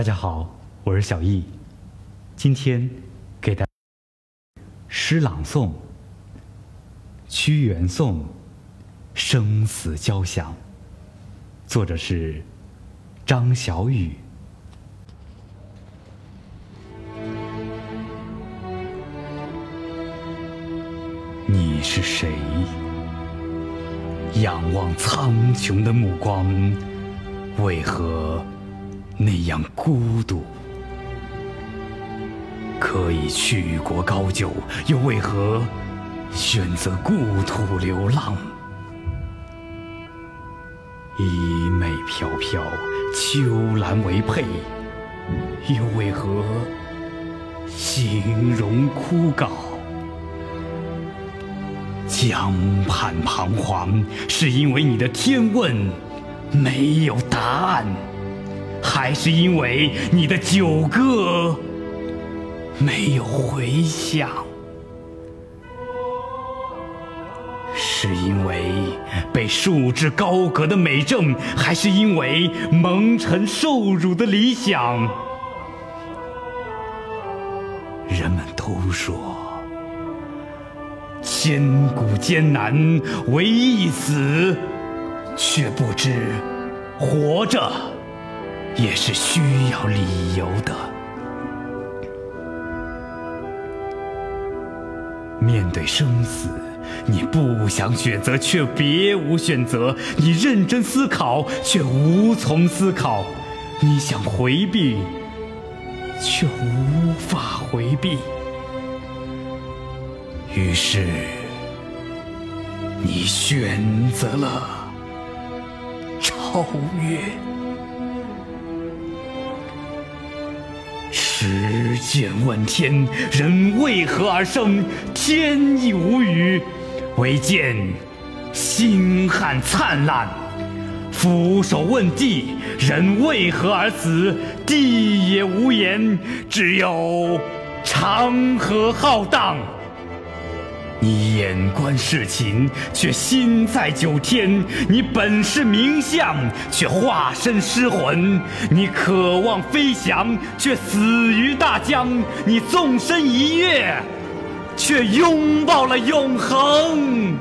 大家好，我是小易，今天给大家诗朗诵《屈原颂·生死交响》，作者是张小雨。你是谁？仰望苍穹的目光，为何那样孤独？可以去国高就，又为何选择故土流浪？衣袂飘飘，秋兰为佩，又为何形容枯槁？江畔彷徨，是因为你的天问没有答案，还是因为你的九歌没有回响？是因为被束之高阁的美政，还是因为蒙尘受辱的理想？人们都说千古艰难唯一死，却不知活着也是需要理由的。面对生死，你不想选择，却别无选择；你认真思考，却无从思考；你想回避，却无法回避。于是，你选择了超越。时间问天，人为何而生？天亦无语，唯见星汉灿烂。俯首问地，人为何而死？地也无言，只有长河浩荡。你眼观世情，却心在九天；你本是名相，却化身尸魂；你渴望飞翔，却死于大江；你纵身一跃，却拥抱了永恒。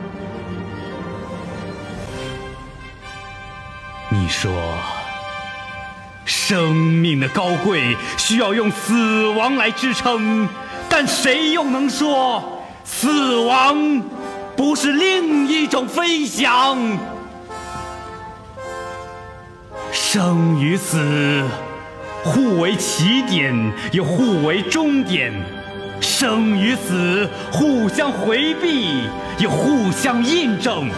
你说，生命的高贵需要用死亡来支撑，但谁又能说死亡不是另一种飞翔？生与死互为起点，又互为终点；生与死互相回避，又互相印证。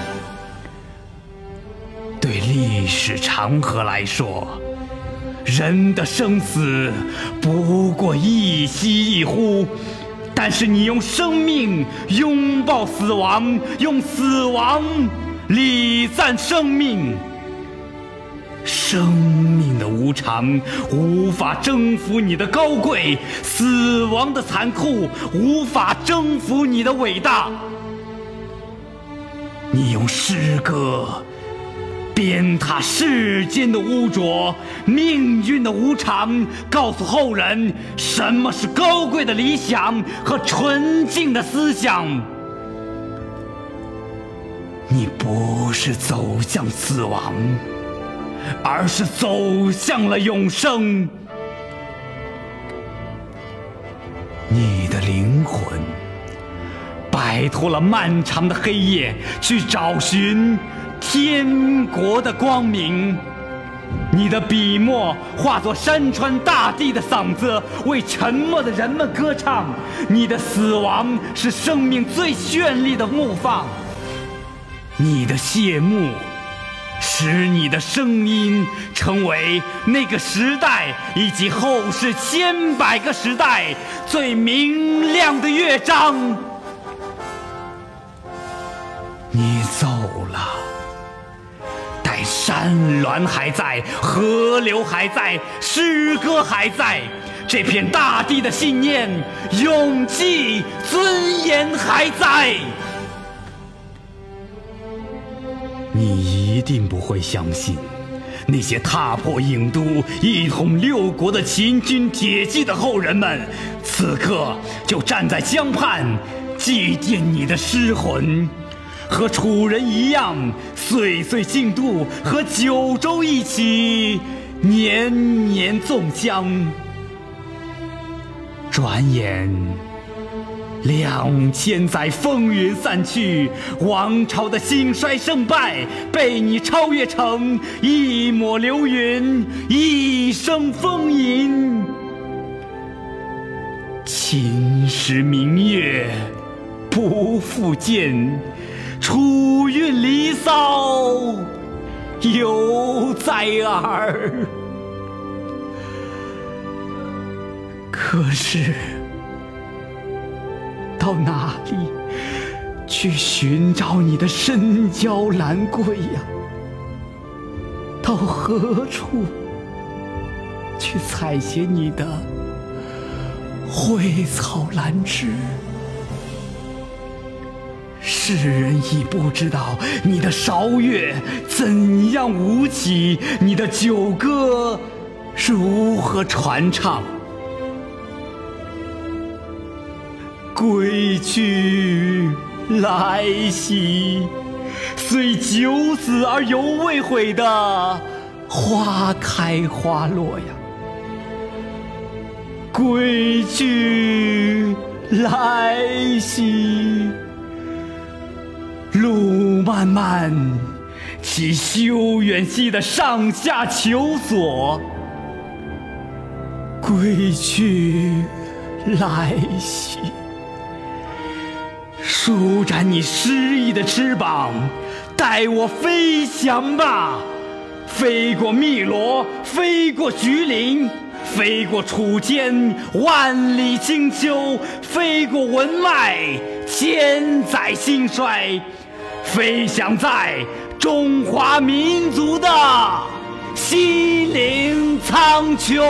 对历史长河来说，人的生死不过一吸一呼，但是你用生命拥抱死亡，用死亡礼赞生命。生命的无常无法征服你的高贵，死亡的残酷无法征服你的伟大。你用诗歌鞭挞世间的污浊，命运的无常，告诉后人什么是高贵的理想和纯净的思想。你不是走向死亡，而是走向了永生。你的灵魂摆脱了漫长的黑夜，去找寻天国的光明。你的笔墨化作山川大地的嗓子，为沉默的人们歌唱。你的死亡是生命最绚丽的怒放，你的谢幕使你的声音成为那个时代以及后世千百个时代最明亮的乐章。你走了，但山峦还在，河流还在，诗歌还在，这片大地的信念、勇气、尊严还在。你一定不会相信， 那些踏破郢都、一统六国的秦军铁骑的后人们，此刻就站在江畔，祭奠你的尸魂，和楚人一样，岁岁竞渡，和九州一起，年年纵江。转眼2000载风云散去，王朝的兴衰胜败被你超越成一抹流云，一声风吟。秦时明月不复见，楚韵离骚犹在耳。可是到哪里去寻找你的身娇兰桂呀？到何处去采撷你的蕙草兰枝？世人已不知道你的韶乐怎样舞起，你的九歌如何传唱。归去来兮，虽九死而犹未悔的花开花落呀。归去来兮，路漫漫其修远兮的上下求索。归去来兮，舒展你诗意的翅膀，带我飞翔吧！飞过汨罗，飞过橘陵，飞过楚间万里清秋，飞过文脉千载兴衰，飞翔在中华民族的西岭苍穹。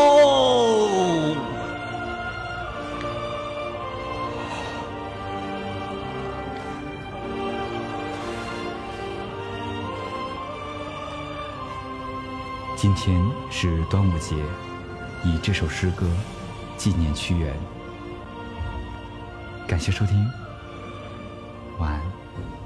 今天是端午节，以这首诗歌纪念屈原。感谢收听，晚安。